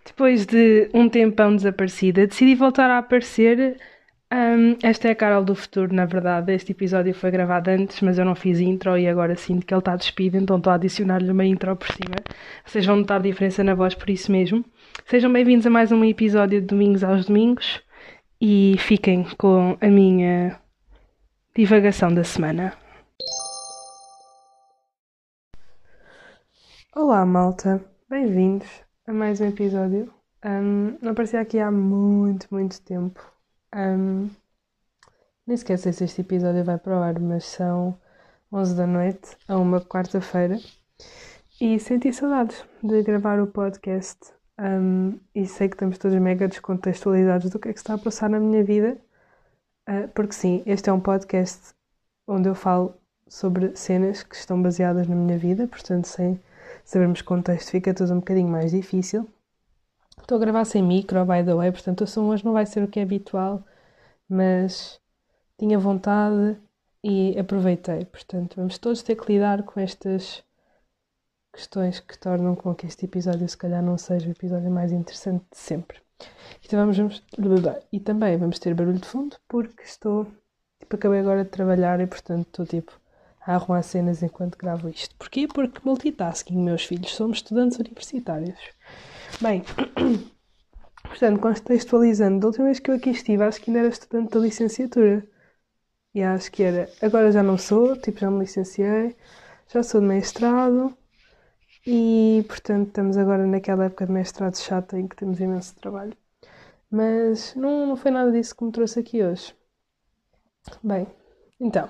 Depois de um tempão desaparecida, decidi voltar a aparecer. Esta é a Carol do futuro, na verdade. Este episódio foi gravado antes, mas eu não fiz intro e agora sinto que ele está despido, então estou a adicionar-lhe uma intro por cima. Vocês vão notar diferença na voz por isso mesmo. Sejam bem-vindos a mais um episódio de Domingos aos Domingos e fiquem com a minha divagação da semana. Olá, malta. Bem-vindos a mais um episódio. Não aparecia aqui há muito, muito tempo. Nem sequer sei se este episódio vai para o ar, mas são 11 da noite, a uma quarta-feira. E senti saudades de gravar o podcast. E sei que estamos todos mega descontextualizados do que é que está a passar na minha vida. Porque sim, este é um podcast onde eu falo sobre cenas que estão baseadas na minha vida, portanto, sem sabermos contexto, fica tudo um bocadinho mais difícil. Estou a gravar sem micro, by the way, portanto o som hoje não vai ser o que é habitual, mas tinha vontade e aproveitei. Portanto, vamos todos ter que lidar com estas questões que tornam com que este episódio se calhar não seja o episódio mais interessante de sempre. E também vamos ter barulho de fundo, porque acabei agora de trabalhar e portanto estou a arrumar cenas enquanto gravo isto. Porquê? Porque multitasking, meus filhos, somos estudantes universitários. Bem, portanto, contextualizando, da última vez que eu aqui estive, acho que ainda era estudante da licenciatura. E acho que era. Agora já não sou, já me licenciei, já sou de mestrado e, portanto, estamos agora naquela época de mestrado chata em que temos imenso trabalho. Mas não foi nada disso que me trouxe aqui hoje. Bem, então.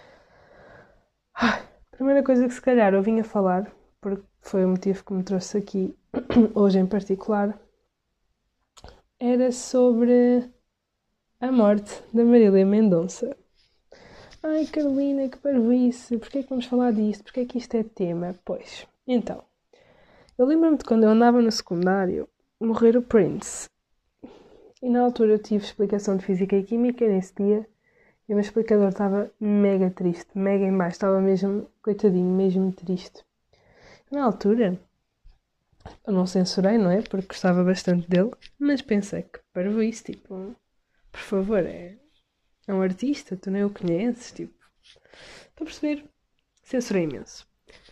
A primeira coisa que se calhar eu vinha falar, porque foi o motivo que me trouxe aqui hoje em particular, era sobre a morte da Marília Mendonça. Ai, Carolina, que parvoíce, porquê é que vamos falar disto? Porquê é que isto é tema? Pois, então, eu lembro-me de quando eu andava no secundário, morrer o Prince. E na altura eu tive explicação de Física e Química nesse dia, e o meu explicador estava mega triste, mega em baixo, estava mesmo, coitadinho, mesmo triste. Na altura, eu não censurei, não é? Porque gostava bastante dele, mas pensei que parvoíce, por favor, é um artista, tu nem o conheces, Estou a perceber? Censurei imenso.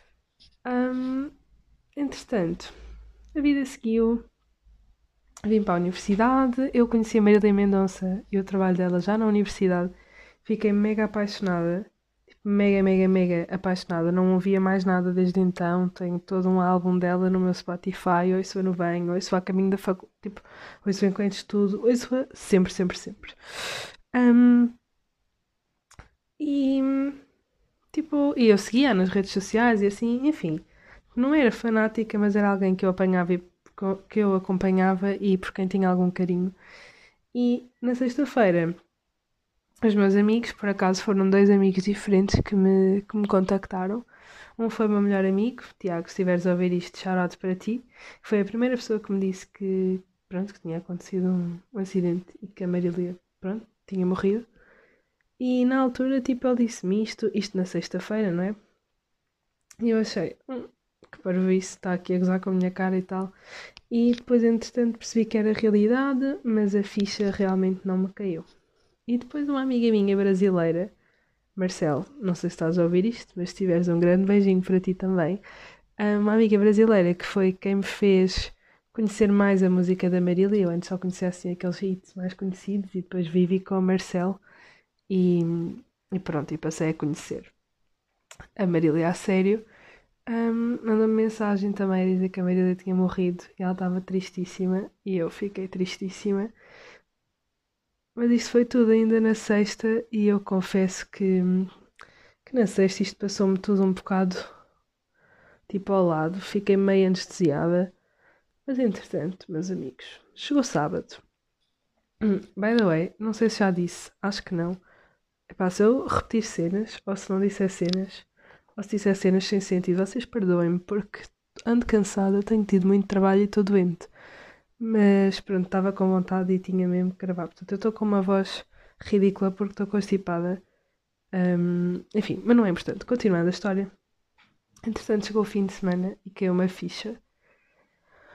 Entretanto, a vida seguiu. Vim para a universidade. Eu conheci a Marília Mendonça e o trabalho dela já na universidade. Fiquei mega apaixonada. Mega, mega, mega apaixonada. Não ouvia mais nada desde então. Tenho todo um álbum dela no meu Spotify. Ouço-a no banho, ouço-a a caminho da faculdade. Ouço-a enquanto estudo. Ouço-a sempre, sempre, sempre. E e eu seguia nas redes sociais e assim, enfim. Não era fanática, mas era alguém que eu apanhava e que eu acompanhava e por quem tinha algum carinho. E na sexta-feira, os meus amigos, por acaso foram dois amigos diferentes que me contactaram. Um foi o meu melhor amigo, Tiago, se estiveres a ouvir isto, shout-out para ti. Foi a primeira pessoa que me disse que tinha acontecido um acidente e que a Marília, tinha morrido. E na altura, ele disse-me isto na sexta-feira, não é? E eu achei, que parvoíce, está aqui a gozar com a minha cara e tal. E depois, entretanto, percebi que era realidade, mas a ficha realmente não me caiu. E depois uma amiga minha brasileira, Marcelo, não sei se estás a ouvir isto, mas se tiveres um grande beijinho para ti também. Uma amiga brasileira que foi quem me fez conhecer mais a música da Marília. Eu antes só conhecia assim aqueles hits mais conhecidos e depois vivi com o Marcelo e pronto, e passei a conhecer a Marília a sério. Mandou-me mensagem também a dizer que a Marília tinha morrido e ela estava tristíssima e eu fiquei tristíssima. Mas isto foi tudo ainda na sexta e eu confesso que na sexta isto passou-me tudo um bocado ao lado. Fiquei meio anestesiada. Mas entretanto, meus amigos, chegou sábado. By the way, não sei se já disse, acho que não. Epá, se eu repetir cenas, ou se não disser cenas, ou se disser cenas sem sentido, vocês perdoem-me, porque ando cansada, tenho tido muito trabalho e estou doente. Mas pronto, estava com vontade e tinha mesmo que gravar. Portanto, eu estou com uma voz ridícula porque estou constipada. Enfim, mas não é importante. Continuando a história. Entretanto, chegou o fim de semana e caiu uma ficha.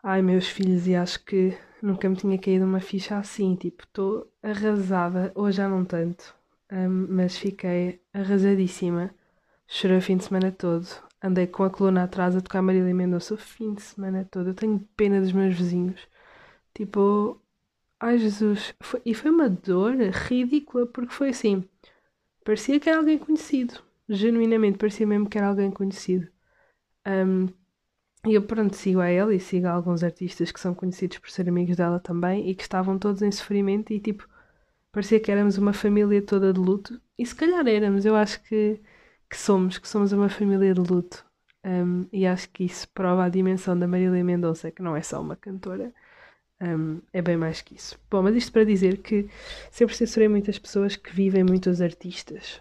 Ai, meus filhos, e acho que nunca me tinha caído uma ficha assim. Tipo, estou arrasada. Hoje já não tanto, mas fiquei arrasadíssima. Chorei o fim de semana todo. Andei com a coluna atrás a tocar Marília Mendonça o fim de semana todo. Eu tenho pena dos meus vizinhos. Tipo, ai Jesus. E foi uma dor ridícula, porque foi assim. Parecia que era alguém conhecido. Genuinamente, parecia mesmo que era alguém conhecido. Ahm, e eu, pronto, sigo a ela e sigo a alguns artistas que são conhecidos por ser amigos dela também e que estavam todos em sofrimento e, tipo, parecia que éramos uma família toda de luto. E se calhar éramos, eu acho que somos uma família de luto. E acho que isso prova a dimensão da Marília Mendonça, que não é só uma cantora, é bem mais que isso. Bom, mas isto para dizer que sempre censurei muitas pessoas que vivem muitos artistas.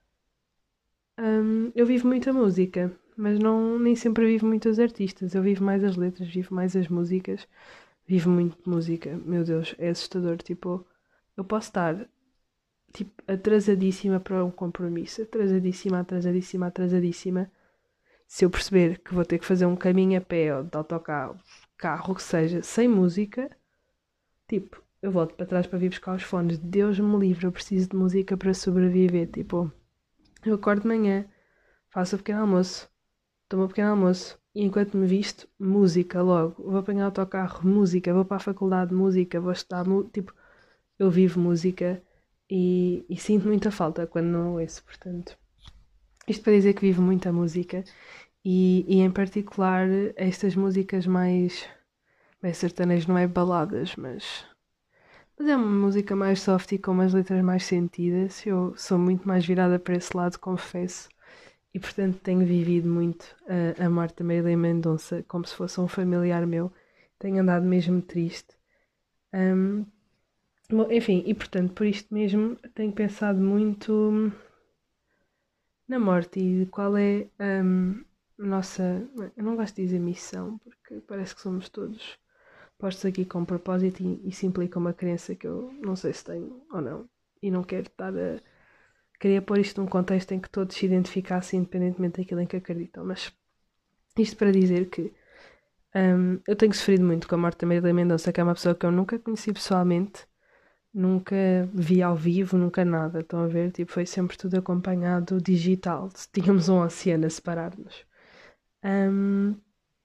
Eu vivo muita música, mas não, nem sempre vivo muitos artistas. Eu vivo mais as letras, vivo mais as músicas. Vivo muito de música. Meu Deus, é assustador. Tipo, eu posso estar tipo, atrasadíssima para um compromisso. Atrasadíssima, atrasadíssima, atrasadíssima. Se eu perceber que vou ter que fazer um caminho a pé ou de autocarro, carro, o que seja, sem música, tipo, eu volto para trás para vir buscar os fones. Deus me livre, eu preciso de música para sobreviver. Tipo, eu acordo de manhã, faço o pequeno almoço, tomo o pequeno almoço e enquanto me visto, música logo. Vou apanhar o autocarro, música, vou para a faculdade, música, vou estudar, tipo, eu vivo música e sinto muita falta quando não ouço, portanto. Isto para dizer que vivo muita música e em particular estas músicas mais. Bem, sertanejo não é baladas, mas é uma música mais soft e com umas letras mais sentidas. Eu sou muito mais virada para esse lado, confesso. E portanto tenho vivido muito a morte da Marília Mendonça como se fosse um familiar meu. Tenho andado mesmo triste. Ahm, Bom, enfim, e portanto por isto mesmo tenho pensado muito na morte e qual é a nossa. Eu não gosto de dizer missão, porque parece que somos todos postos aqui com um propósito e isso implica uma crença que eu não sei se tenho ou não. E não quero estar a. Queria pôr isto num contexto em que todos se identificassem independentemente daquilo em que acreditam, mas isto para dizer que eu tenho sofrido muito com a morte da Marília Mendonça, que é uma pessoa que eu nunca conheci pessoalmente, nunca vi ao vivo, nunca nada. Estão a ver? Tipo, foi sempre tudo acompanhado digital. Tínhamos um oceano a separar-nos. Ahm,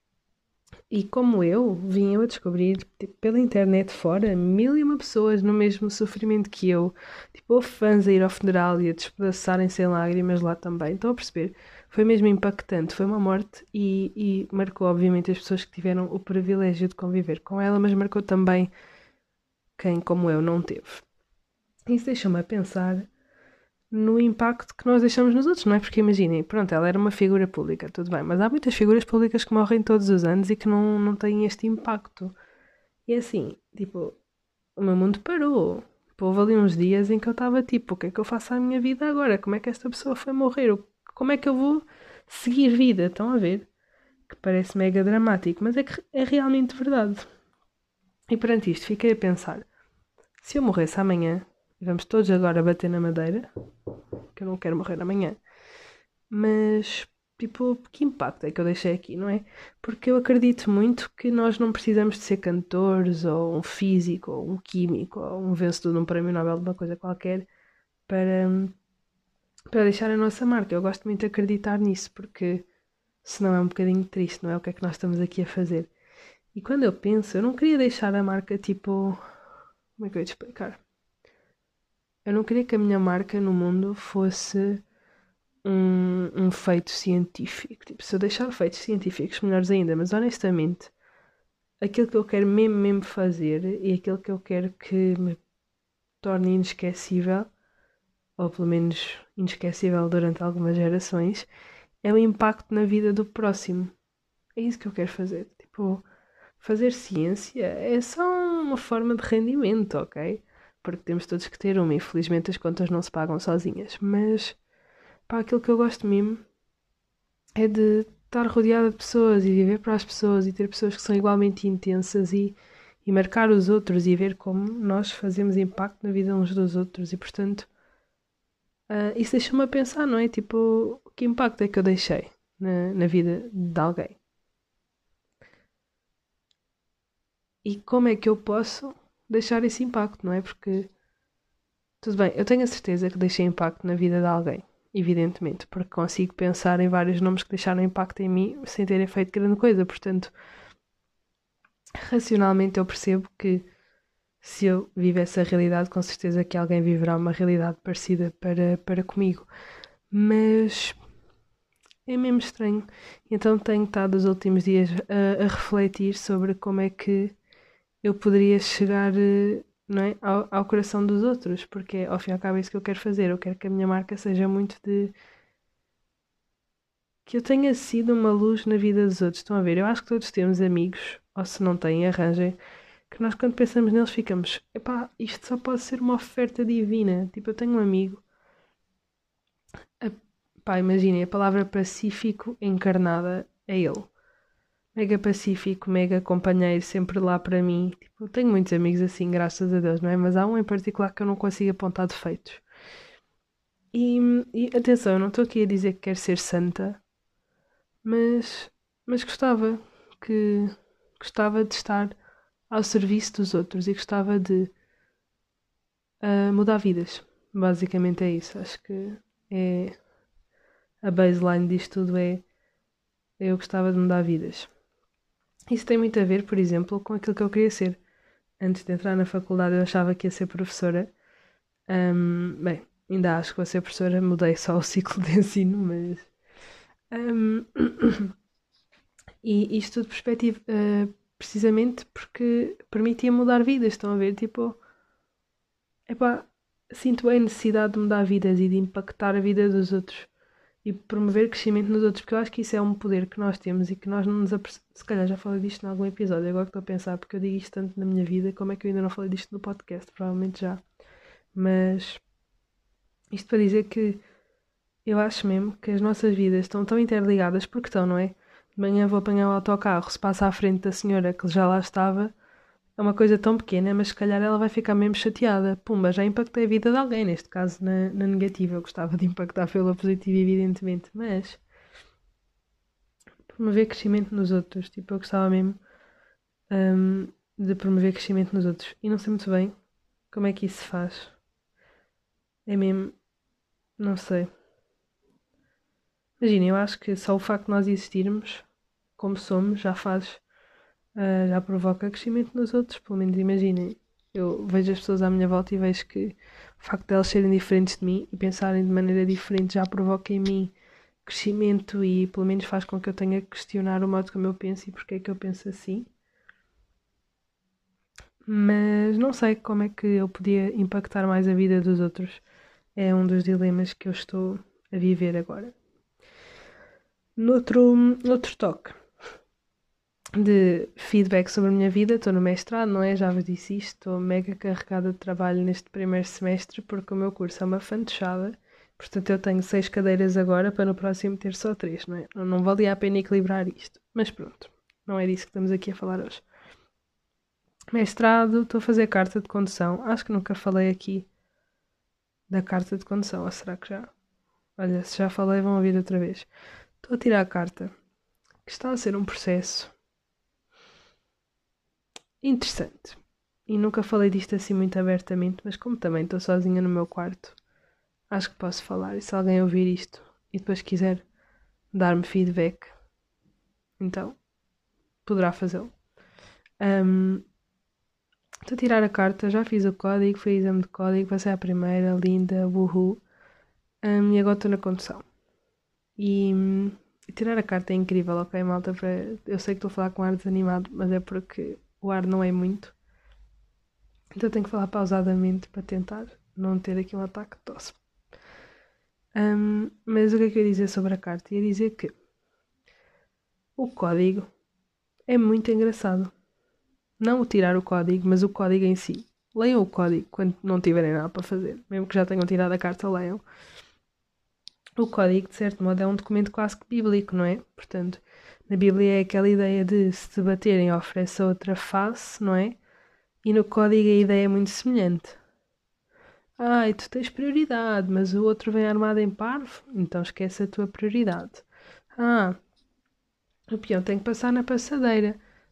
e como eu, vim eu a descobrir tipo, pela internet fora mil e uma pessoas no mesmo sofrimento que eu. Tipo, houve fãs a ir ao funeral e a despedaçarem-se em lágrimas lá também. Estão a perceber? Foi mesmo impactante. Foi uma morte e marcou, obviamente, as pessoas que tiveram o privilégio de conviver com ela, mas marcou também quem, como eu, não teve. Isso deixou-me a pensar no impacto que nós deixamos nos outros, não é? Porque imaginem, pronto, ela era uma figura pública, tudo bem, mas há muitas figuras públicas que morrem todos os anos e que não têm este impacto. E assim, tipo, o meu mundo parou. Tipo, houve ali uns dias em que eu estava tipo, o que é que eu faço à minha vida agora? Como é que esta pessoa foi morrer? Como é que eu vou seguir vida? Estão a ver? Que parece mega dramático, mas é que é realmente verdade. E perante isto, fiquei a pensar: se eu morresse amanhã, e vamos todos agora bater na madeira, que eu não quero morrer amanhã, mas tipo, que impacto é que eu deixei aqui, não é? Porque eu acredito muito que nós não precisamos de ser cantores, ou um físico, ou um químico, ou um vencedor de um prémio Nobel de uma coisa qualquer para, para deixar a nossa marca. Eu gosto muito de acreditar nisso, porque senão é um bocadinho triste, não é? O que é que nós estamos aqui a fazer? E quando eu penso, eu não queria deixar a marca tipo. Como é que eu ia te explicar? Eu não queria que a minha marca no mundo fosse um feito científico. Tipo, se eu deixar feitos científicos, melhores ainda, mas honestamente, aquilo que eu quero mesmo, mesmo fazer e aquilo que eu quero que me torne inesquecível, ou pelo menos inesquecível durante algumas gerações, é o impacto na vida do próximo. É isso que eu quero fazer. Tipo, fazer ciência é só uma forma de rendimento, ok? Porque temos todos que ter uma, infelizmente as contas não se pagam sozinhas, mas pá, aquilo que eu gosto mesmo é de estar rodeada de pessoas e viver para as pessoas e ter pessoas que são igualmente intensas e marcar os outros e ver como nós fazemos impacto na vida uns dos outros e portanto isso deixa-me a pensar, não é? Tipo, que impacto é que eu deixei na vida de alguém? E como é que eu posso deixar esse impacto, não é? Porque, tudo bem, eu tenho a certeza que deixei impacto na vida de alguém, evidentemente, porque consigo pensar em vários nomes que deixaram impacto em mim sem terem feito grande coisa. Portanto, racionalmente eu percebo que se eu viver essa realidade, com certeza que alguém viverá uma realidade parecida para comigo. Mas é mesmo estranho. Então tenho estado os últimos dias a refletir sobre como é que eu poderia chegar, não é, ao coração dos outros, porque ao fim e ao cabo é isso que eu quero fazer. Eu quero que a minha marca seja muito de que eu tenha sido uma luz na vida dos outros. Estão a ver? Eu acho que todos temos amigos, ou se não têm, arranjem, que nós quando pensamos neles ficamos, epá, isto só pode ser uma oferta divina. Tipo, eu tenho um amigo, pá, imaginem, a palavra pacífico encarnada é ele. Mega pacífico, mega companheiro, sempre lá para mim. Tipo, eu tenho muitos amigos assim, graças a Deus, não é? Mas há um em particular que eu não consigo apontar defeitos. E, e atenção, eu não estou aqui a dizer que quero ser santa, mas, mas que gostava de estar ao serviço dos outros e gostava de mudar vidas. Basicamente é isso. Acho que é a baseline disto tudo é eu gostava de mudar vidas. Isso tem muito a ver, por exemplo, com aquilo que eu queria ser. Antes de entrar na faculdade eu achava que ia ser professora. Bem, ainda acho que vou ser professora, mudei só o ciclo de ensino, mas. ahm, e isto tudo de perspectiva, precisamente porque permitia mudar vidas, estão a ver? Tipo, epá, sinto bem a necessidade de mudar vidas e de impactar a vida dos outros e promover crescimento nos outros, porque eu acho que isso é um poder que nós temos e que nós não nos apercebemos. Se calhar já falei disto em algum episódio, agora que estou a pensar, porque eu digo isto tanto na minha vida, como é que eu ainda não falei disto no podcast? Provavelmente já. Mas isto para dizer que eu acho mesmo que as nossas vidas estão tão interligadas, porque estão, não é? De manhã vou apanhar o autocarro, se passa à frente da senhora que já lá estava, é uma coisa tão pequena, mas se calhar ela vai ficar mesmo chateada. Pumba, já impactei a vida de alguém, neste caso na negativa. Eu gostava de impactar pela positiva, evidentemente, mas promover crescimento nos outros. Tipo, eu gostava mesmo de promover crescimento nos outros. E não sei muito bem como é que isso se faz. É mesmo, não sei. Imagina, eu acho que só o facto de nós existirmos como somos já faz, já provoca crescimento nos outros. Pelo menos imaginem, eu vejo as pessoas à minha volta e vejo que o facto de elas serem diferentes de mim e pensarem de maneira diferente já provoca em mim crescimento e pelo menos faz com que eu tenha que questionar o modo como eu penso e porque é que eu penso assim. Mas não sei como é que eu podia impactar mais a vida dos outros. É um dos dilemas que eu estou a viver agora. Noutro toque de feedback sobre a minha vida, estou no mestrado, não é? Já vos disse isto, estou mega carregada de trabalho neste primeiro semestre porque o meu curso é uma fantochada. Portanto, eu tenho 6 cadeiras agora para no próximo ter só 3, não é? Não valia a pena equilibrar isto. Mas pronto, não é disso que estamos aqui a falar hoje. Mestrado, estou a fazer carta de condução. Acho que nunca falei aqui da carta de condução, ou será que já? Olha, se já falei, vão ouvir outra vez. Estou a tirar a carta, que está a ser um processo interessante. E nunca falei disto assim muito abertamente, mas como também estou sozinha no meu quarto, acho que posso falar. E se alguém ouvir isto e depois quiser dar-me feedback, então poderá fazê-lo. Estou a tirar a carta, já fiz o código, fui exame de código, passei à primeira, linda, woohoo. E agora estou na condução. E tirar a carta é incrível, ok, malta? Eu sei que estou a falar com ar desanimado, mas é porque o ar não é muito. Então tenho que falar pausadamente para tentar não ter aqui um ataque de tosse. Mas o que é que eu ia dizer sobre a carta? Ia dizer que o código é muito engraçado. Não o tirar o código, mas o código em si. Leiam o código quando não tiverem nada para fazer. Mesmo que já tenham tirado a carta, leiam. O código, de certo modo, é um documento quase que bíblico, não é? Portanto, na Bíblia é aquela ideia de se te baterem oferece a outra face, não é? E no código a ideia é muito semelhante. Ai, tu tens prioridade, mas o outro vem armado em parvo, então esquece a tua prioridade. Ah, o peão tem que passar na passadeira,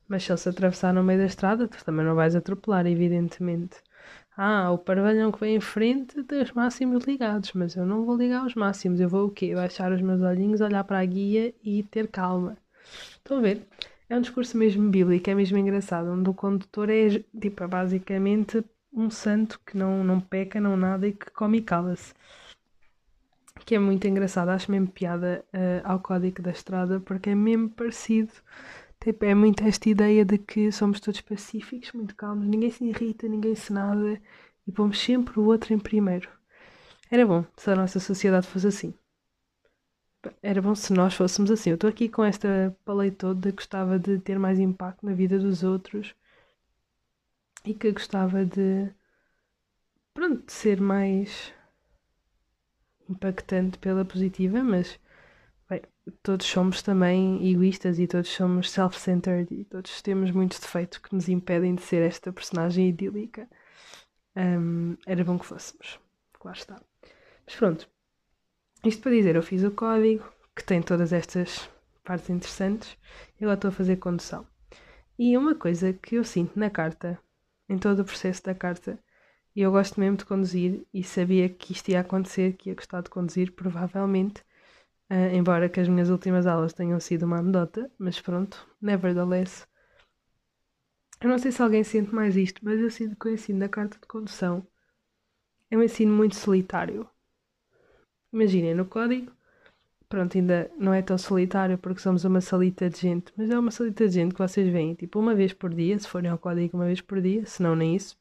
Mas se ele se atravessar no meio da estrada, tu também não vais atropelar, evidentemente. O parvalhão que vem em frente tem os máximos ligados, mas eu não vou ligar os máximos. Eu vou o quê? Baixar os meus olhinhos, olhar para a guia e ter calma. Estão a ver? É um discurso mesmo bíblico, é mesmo engraçado, onde o condutor é, tipo, é basicamente um santo que não peca, não nada e que come e cala-se. Que é muito engraçado, acho mesmo piada ao código da estrada, porque é mesmo parecido. Tipo, é muito esta ideia de que somos todos pacíficos, muito calmos, ninguém se irrita, ninguém se nada e pomos sempre o outro em primeiro. Era bom se a nossa sociedade fosse assim. Era bom se nós fôssemos assim. Eu estou aqui com esta paleta toda, gostava de ter mais impacto na vida dos outros e que gostava de, pronto, de ser mais impactante pela positiva, mas bem, todos somos também egoístas e todos somos self-centered e todos temos muitos defeitos que nos impedem de ser esta personagem idílica. Era bom que fôssemos. Claro está. Mas pronto. Isto para dizer, eu fiz o código, que tem todas estas partes interessantes, e agora estou a fazer condução. E uma coisa que eu sinto na carta, em todo o processo da carta, e eu gosto mesmo de conduzir e sabia que isto ia acontecer, que ia gostar de conduzir, provavelmente, embora que as minhas últimas aulas tenham sido uma anedota, mas pronto, nevertheless. Eu não sei se alguém sente mais isto, mas eu sinto que o ensino da carta de condução é um ensino muito solitário. Imaginem, no código, pronto, ainda não é tão solitário porque somos uma salita de gente, mas é uma salita de gente que vocês veem, tipo, uma vez por dia, se forem ao código uma vez por dia, se não nem isso,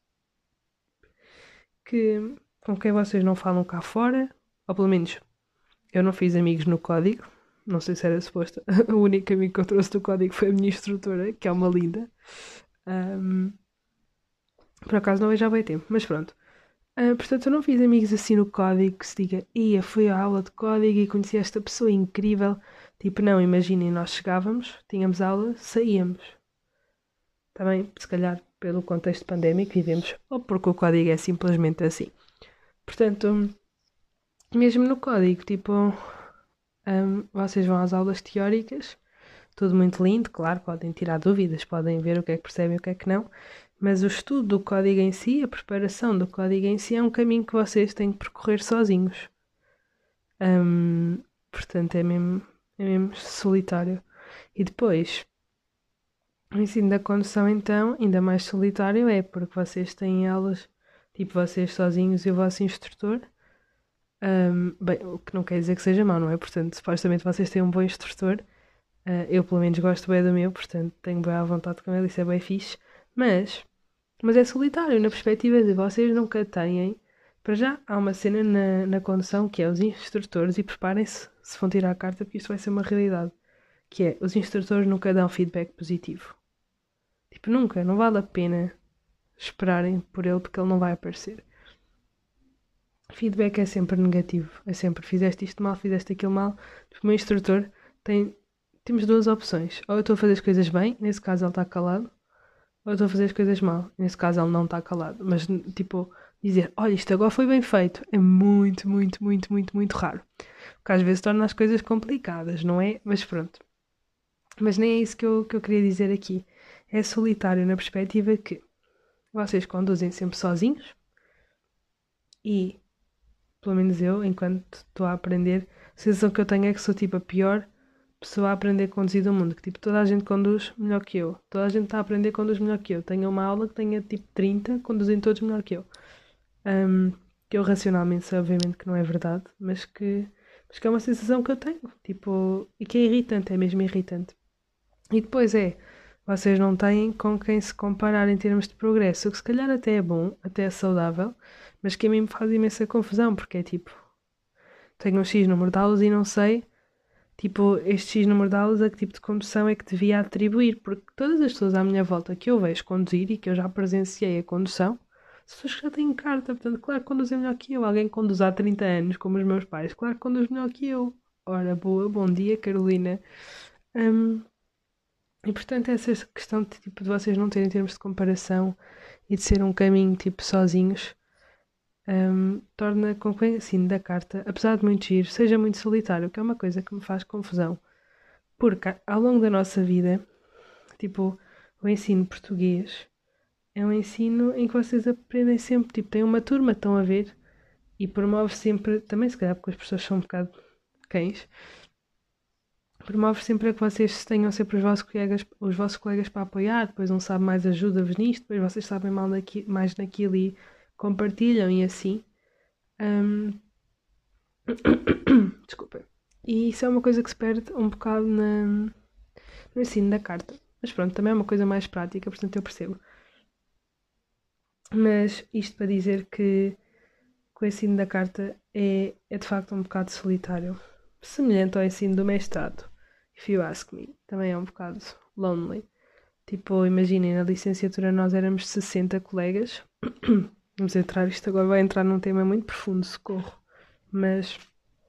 que com quem vocês não falam cá fora, ou pelo menos eu não fiz amigos no código, não sei se era suposto, o único amigo que eu trouxe do código foi a minha instrutora, que é uma linda. Por acaso não é já bem tempo, mas pronto. Portanto, eu não fiz amigos assim no código que se diga, ia, fui à aula de código e conheci esta pessoa incrível. Tipo, não, imaginem, nós chegávamos, tínhamos aula, saíamos. Também, se calhar, pelo contexto pandémico que vivemos, ou porque o código é simplesmente assim. Portanto, mesmo no código, tipo, vocês vão às aulas teóricas, tudo muito lindo, claro, podem tirar dúvidas, podem ver o que é que percebem e o que é que não, mas o estudo do código em si, a preparação do código em si, é um caminho que vocês têm que percorrer sozinhos. Portanto, é mesmo solitário. E depois, o ensino da condução, então, ainda mais solitário é, porque vocês têm aulas, tipo, vocês sozinhos e o vosso instrutor. Bem, o que não quer dizer que seja mau, não é? Portanto, supostamente vocês têm um bom instrutor. Eu, pelo menos, gosto bem do meu, portanto, tenho bem à vontade com ele, isso é bem fixe. Mas é solitário, na perspectiva de vocês nunca têm. Para já, há uma cena na condução que é os instrutores, e preparem-se se vão tirar a carta, porque isto vai ser uma realidade. Que é, os instrutores nunca dão feedback positivo. Tipo, nunca, não vale a pena esperarem por ele, porque ele não vai aparecer. Feedback é sempre negativo, é sempre fizeste isto mal, fizeste aquilo mal. Tipo, o meu instrutor temos duas opções. Ou eu estou a fazer as coisas bem, nesse caso ele está calado, ou eu estou a fazer as coisas mal, nesse caso ele não está calado. Mas, tipo, dizer, olha, isto agora foi bem feito, é muito, muito, muito, muito, muito raro. Porque às vezes torna as coisas complicadas, não é? Mas pronto. Mas nem é isso que eu queria dizer aqui. É solitário na perspectiva que vocês conduzem sempre sozinhos e, pelo menos eu, enquanto estou a aprender, a sensação que eu tenho é que sou tipo a pior pessoa a aprender a conduzir do mundo. Que tipo, toda a gente conduz melhor que eu. Toda a gente está a aprender a conduzir melhor que eu. Tenho uma aula que tenha tipo 30, conduzem todos melhor que eu. Que eu racionalmente sei, obviamente, que não é verdade, mas que é uma sensação que eu tenho. Tipo, e que é irritante, é mesmo irritante. E depois vocês não têm com quem se comparar em termos de progresso, o que se calhar até é bom, até é saudável, mas que a mim me faz imensa confusão, porque é tipo, tenho um X número de aulas e não sei, tipo, este X número de aulas a que tipo de condução é que devia atribuir, porque todas as pessoas à minha volta que eu vejo conduzir e que eu já presenciei a condução, são pessoas que já têm carta, portanto, claro que conduzem melhor que eu. Alguém que conduz há 30 anos, como os meus pais, claro que conduz melhor que eu. Ora, boa, bom dia, Carolina. E portanto, essa questão de, tipo, de vocês não terem termos de comparação e de ser um caminho tipo sozinhos, torna com que o ensino da carta, apesar de muito giro, seja muito solitário, que é uma coisa que me faz confusão. Porque ao longo da nossa vida, tipo, o ensino português é um ensino em que vocês aprendem sempre, tipo, tem uma turma, estão a ver, e promove sempre, também se calhar porque as pessoas são um bocado cães, promove sempre a que vocês tenham sempre os vossos colegas para apoiar, depois um sabe mais ajuda-vos nisto, depois vocês sabem mais naquilo e compartilham e assim. Hum, Desculpa. E isso é uma coisa que se perde um bocado no ensino da carta. Mas pronto, também é uma coisa mais prática, portanto eu percebo. Mas isto para dizer que o ensino da carta é de facto um bocado solitário. Semelhante ao ensino do mestrado, if you ask me. Também é um bocado lonely. Tipo, imaginem, na licenciatura nós éramos 60 colegas. Vamos entrar, isto agora vai entrar num tema muito profundo, socorro. Mas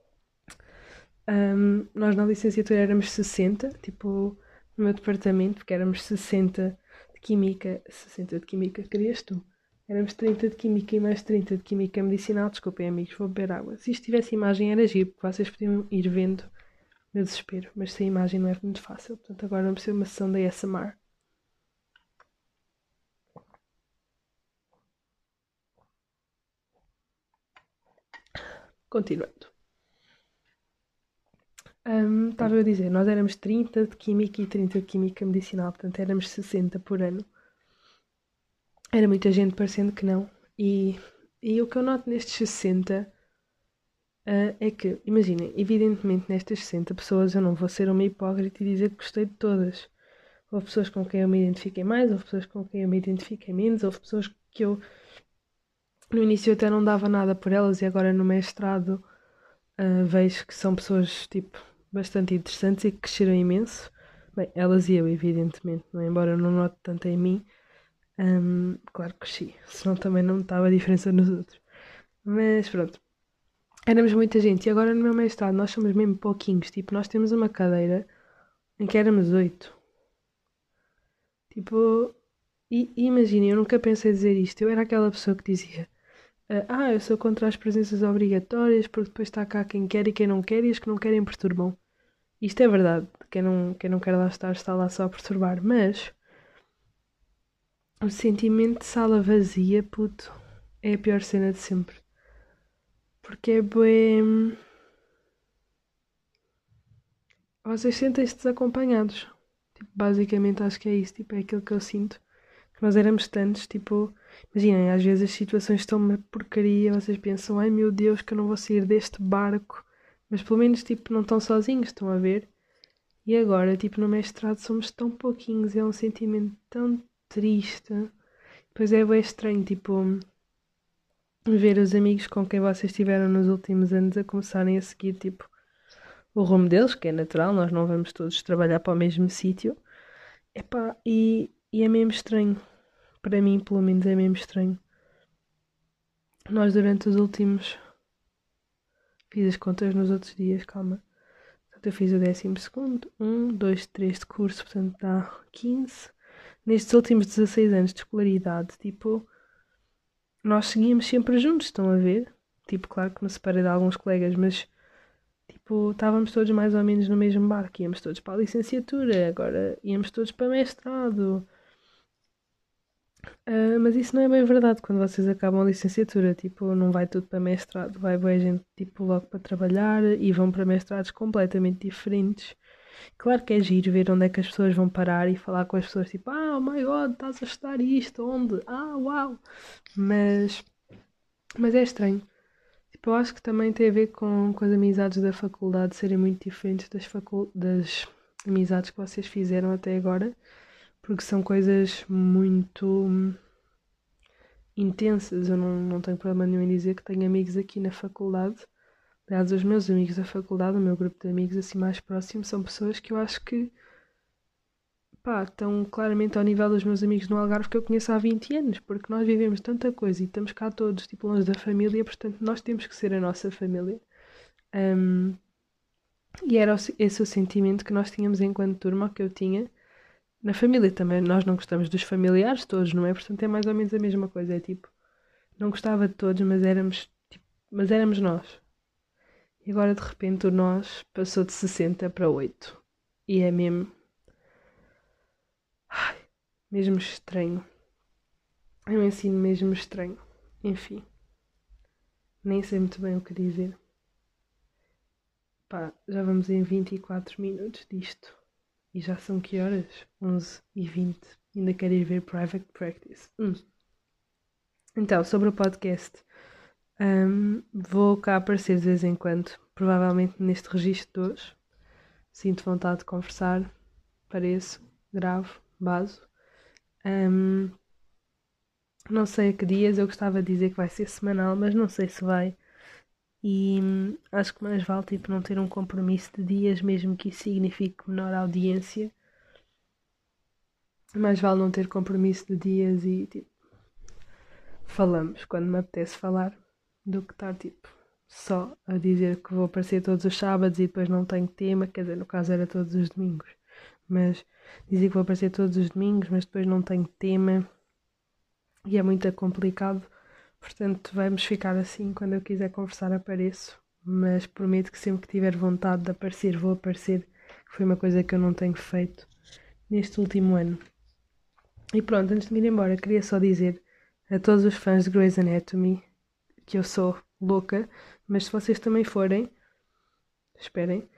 nós na licenciatura éramos 60, tipo, no meu departamento, porque éramos 60 de Química. 60 de Química, querias tu? Éramos 30 de Química e mais 30 de Química Medicinal. Desculpem, amigos, vou beber água. Se isto tivesse imagem era giro, porque vocês podiam ir vendo o meu desespero. Mas sem imagem não é muito fácil. Portanto, agora vamos ter uma sessão da ASMR. Continuando. Estava eu a dizer, nós éramos 30 de Química e 30 de Química Medicinal. Portanto, éramos 60 por ano. Era muita gente, parecendo que não. E o que eu noto nestes 60 é que, imaginem, evidentemente nestas 60 pessoas eu não vou ser uma hipócrita e dizer que gostei de todas. Houve pessoas com quem eu me identifiquei mais, houve pessoas com quem eu me identifiquei menos, houve pessoas que eu no início até não dava nada por elas e agora no mestrado vejo que são pessoas tipo bastante interessantes e que cresceram imenso. Bem, elas e eu, evidentemente, não é? Embora eu não note tanto em mim. Claro que cresci, senão também não notava a diferença nos outros. Mas pronto, éramos muita gente e agora no meu mestrado nós somos mesmo pouquinhos. Tipo, nós temos uma cadeira em que éramos 8. Tipo, e imaginem, eu nunca pensei dizer isto. Eu era aquela pessoa que dizia: eu sou contra as presenças obrigatórias porque depois está cá quem quer e quem não quer e as que não querem perturbam. Isto é verdade, quem não quer lá estar está lá só a perturbar, mas o sentimento de sala vazia, puto, é a pior cena de sempre. Porque é bem. Vocês sentem-se desacompanhados. Tipo, basicamente acho que é isso. Tipo, é aquilo que eu sinto. Que nós éramos tantos, tipo. Imaginem, às vezes as situações estão uma porcaria. Vocês pensam, ai meu Deus, que eu não vou sair deste barco. Mas pelo menos, tipo, não estão sozinhos, estão a ver? E agora, tipo, no mestrado somos tão pouquinhos. É um sentimento tão triste. Pois é bem estranho, tipo, ver os amigos com quem vocês estiveram nos últimos anos a começarem a seguir, tipo, o rumo deles, que é natural, nós não vamos todos trabalhar para o mesmo sítio. Epá, e é mesmo estranho. Para mim, pelo menos, é mesmo estranho. Nós, durante os últimos. Fiz as contas nos outros dias, calma. Portanto, eu fiz o 12º, 2, 3 de curso, portanto dá 15. Nestes últimos 16 anos de escolaridade, tipo, nós seguíamos sempre juntos, estão a ver? Tipo, claro que me separei de alguns colegas, mas tipo, estávamos todos mais ou menos no mesmo barco. Íamos todos para a licenciatura, agora íamos todos para mestrado. Mas isso não é bem verdade quando vocês acabam a licenciatura. Tipo, não vai tudo para mestrado. Vai boa gente, tipo, logo para trabalhar e vão para mestrados completamente diferentes. Claro que é giro ver onde é que as pessoas vão parar e falar com as pessoas, tipo, oh my god, estás a estudar isto, onde? Uau! Mas, mas é estranho. Tipo, eu acho que também tem a ver com as amizades da faculdade serem muito diferentes das amizades que vocês fizeram até agora, porque são coisas muito intensas. Eu não tenho problema nenhum em dizer que tenho amigos aqui na faculdade. Aliás, os meus amigos da faculdade, o meu grupo de amigos assim mais próximo, são pessoas que eu acho que pá, estão claramente ao nível dos meus amigos no Algarve que eu conheço há 20 anos, porque nós vivemos tanta coisa e estamos cá todos, tipo, longe da família, portanto nós temos que ser a nossa família. Um, e era esse o sentimento que nós tínhamos enquanto turma, que eu tinha na família também. Nós não gostamos dos familiares todos, não é? Portanto é mais ou menos a mesma coisa, é tipo, não gostava de todos, mas éramos nós. E agora de repente o nós passou de 60 para 8. E é mesmo. mesmo estranho. É um ensino mesmo estranho. Enfim, nem sei muito bem o que dizer. Pá, já vamos em 24 minutos disto. E já são que horas? 11h20. Ainda quero ir ver Private Practice. Então, sobre o podcast. Vou cá aparecer de vez em quando. Provavelmente neste registro de hoje. Sinto vontade de conversar. Pareço, gravo, baso. Não sei a que dias. Eu gostava de dizer que vai ser semanal, mas não sei se vai. E acho que mais vale tipo, não ter um compromisso de dias, mesmo que isso signifique menor audiência. Mais vale não ter compromisso de dias e tipo, falamos quando me apetece falar, do que estar tipo só a dizer que vou aparecer todos os sábados e depois não tenho tema, quer dizer, no caso era todos os domingos, mas dizer que vou aparecer todos os domingos, mas depois não tenho tema e é muito complicado, portanto vamos ficar assim, quando eu quiser conversar apareço, mas prometo que sempre que tiver vontade de aparecer vou aparecer, que foi uma coisa que eu não tenho feito neste último ano. E pronto, antes de me ir embora, queria só dizer a todos os fãs de Grey's Anatomy que eu sou louca, mas se vocês também forem, esperem,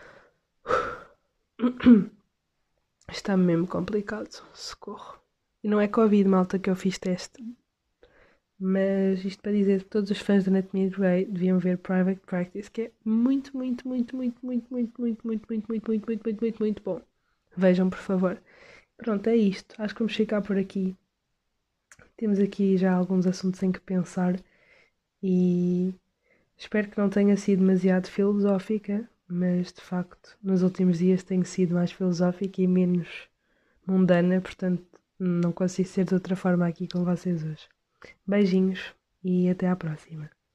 está mesmo complicado, socorro. E não é Covid, malta, que eu fiz teste, mas isto para dizer que todos os fãs de Anatomia de Grey deviam ver Private Practice, que é muito, muito, muito, muito, muito, muito, muito, muito, muito, muito, muito, muito, muito, muito, muito bom. Vejam, por favor. Pronto, é isto. Acho que vamos ficar por aqui. Temos aqui já alguns assuntos em que pensar e espero que não tenha sido demasiado filosófica, mas de facto nos últimos dias tenho sido mais filosófica e menos mundana, portanto não consigo ser de outra forma aqui com vocês hoje. Beijinhos e até à próxima.